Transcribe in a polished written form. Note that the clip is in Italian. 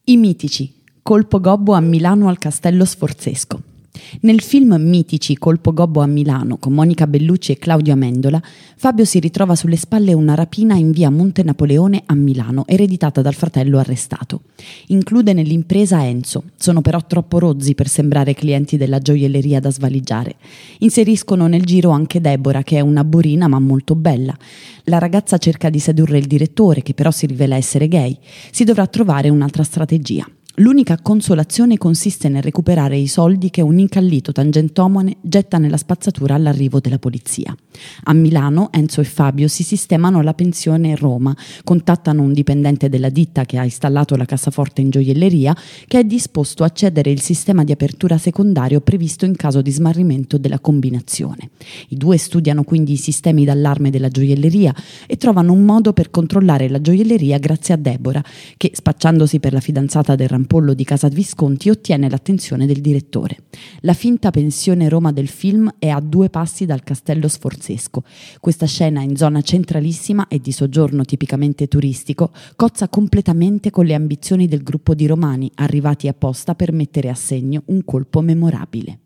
I mitici, colpo gobbo a Milano al Castello Sforzesco. Nel film Mitici, colpo gobbo a Milano, con Monica Bellucci e Claudio Amendola, Fabio si ritrova sulle spalle una rapina in via Monte Napoleone a Milano, ereditata dal fratello arrestato. Include nell'impresa Enzo, sono però troppo rozzi per sembrare clienti della gioielleria da svaligiare. Inseriscono nel giro anche Deborah, che è una burina ma molto bella. La ragazza cerca di sedurre il direttore, che però si rivela essere gay. Si dovrà trovare un'altra strategia. L'unica consolazione consiste nel recuperare i soldi che un incallito tangentomane getta nella spazzatura all'arrivo della polizia. A Milano Enzo e Fabio si sistemano alla pensione Roma, contattano un dipendente della ditta che ha installato la cassaforte in gioielleria, che è disposto a cedere il sistema di apertura secondario previsto in caso di smarrimento della combinazione. I due studiano quindi i sistemi d'allarme della gioielleria e trovano un modo per controllare la gioielleria grazie a Deborah, che, spacciandosi per la fidanzata del rampollo di Casa Visconti, ottiene l'attenzione del direttore. La finta pensione Roma del film è a 2 passi dal Castello Sforzesco. Questa scena in zona centralissima e di soggiorno tipicamente turistico cozza completamente con le ambizioni del gruppo di romani arrivati apposta per mettere a segno un colpo memorabile.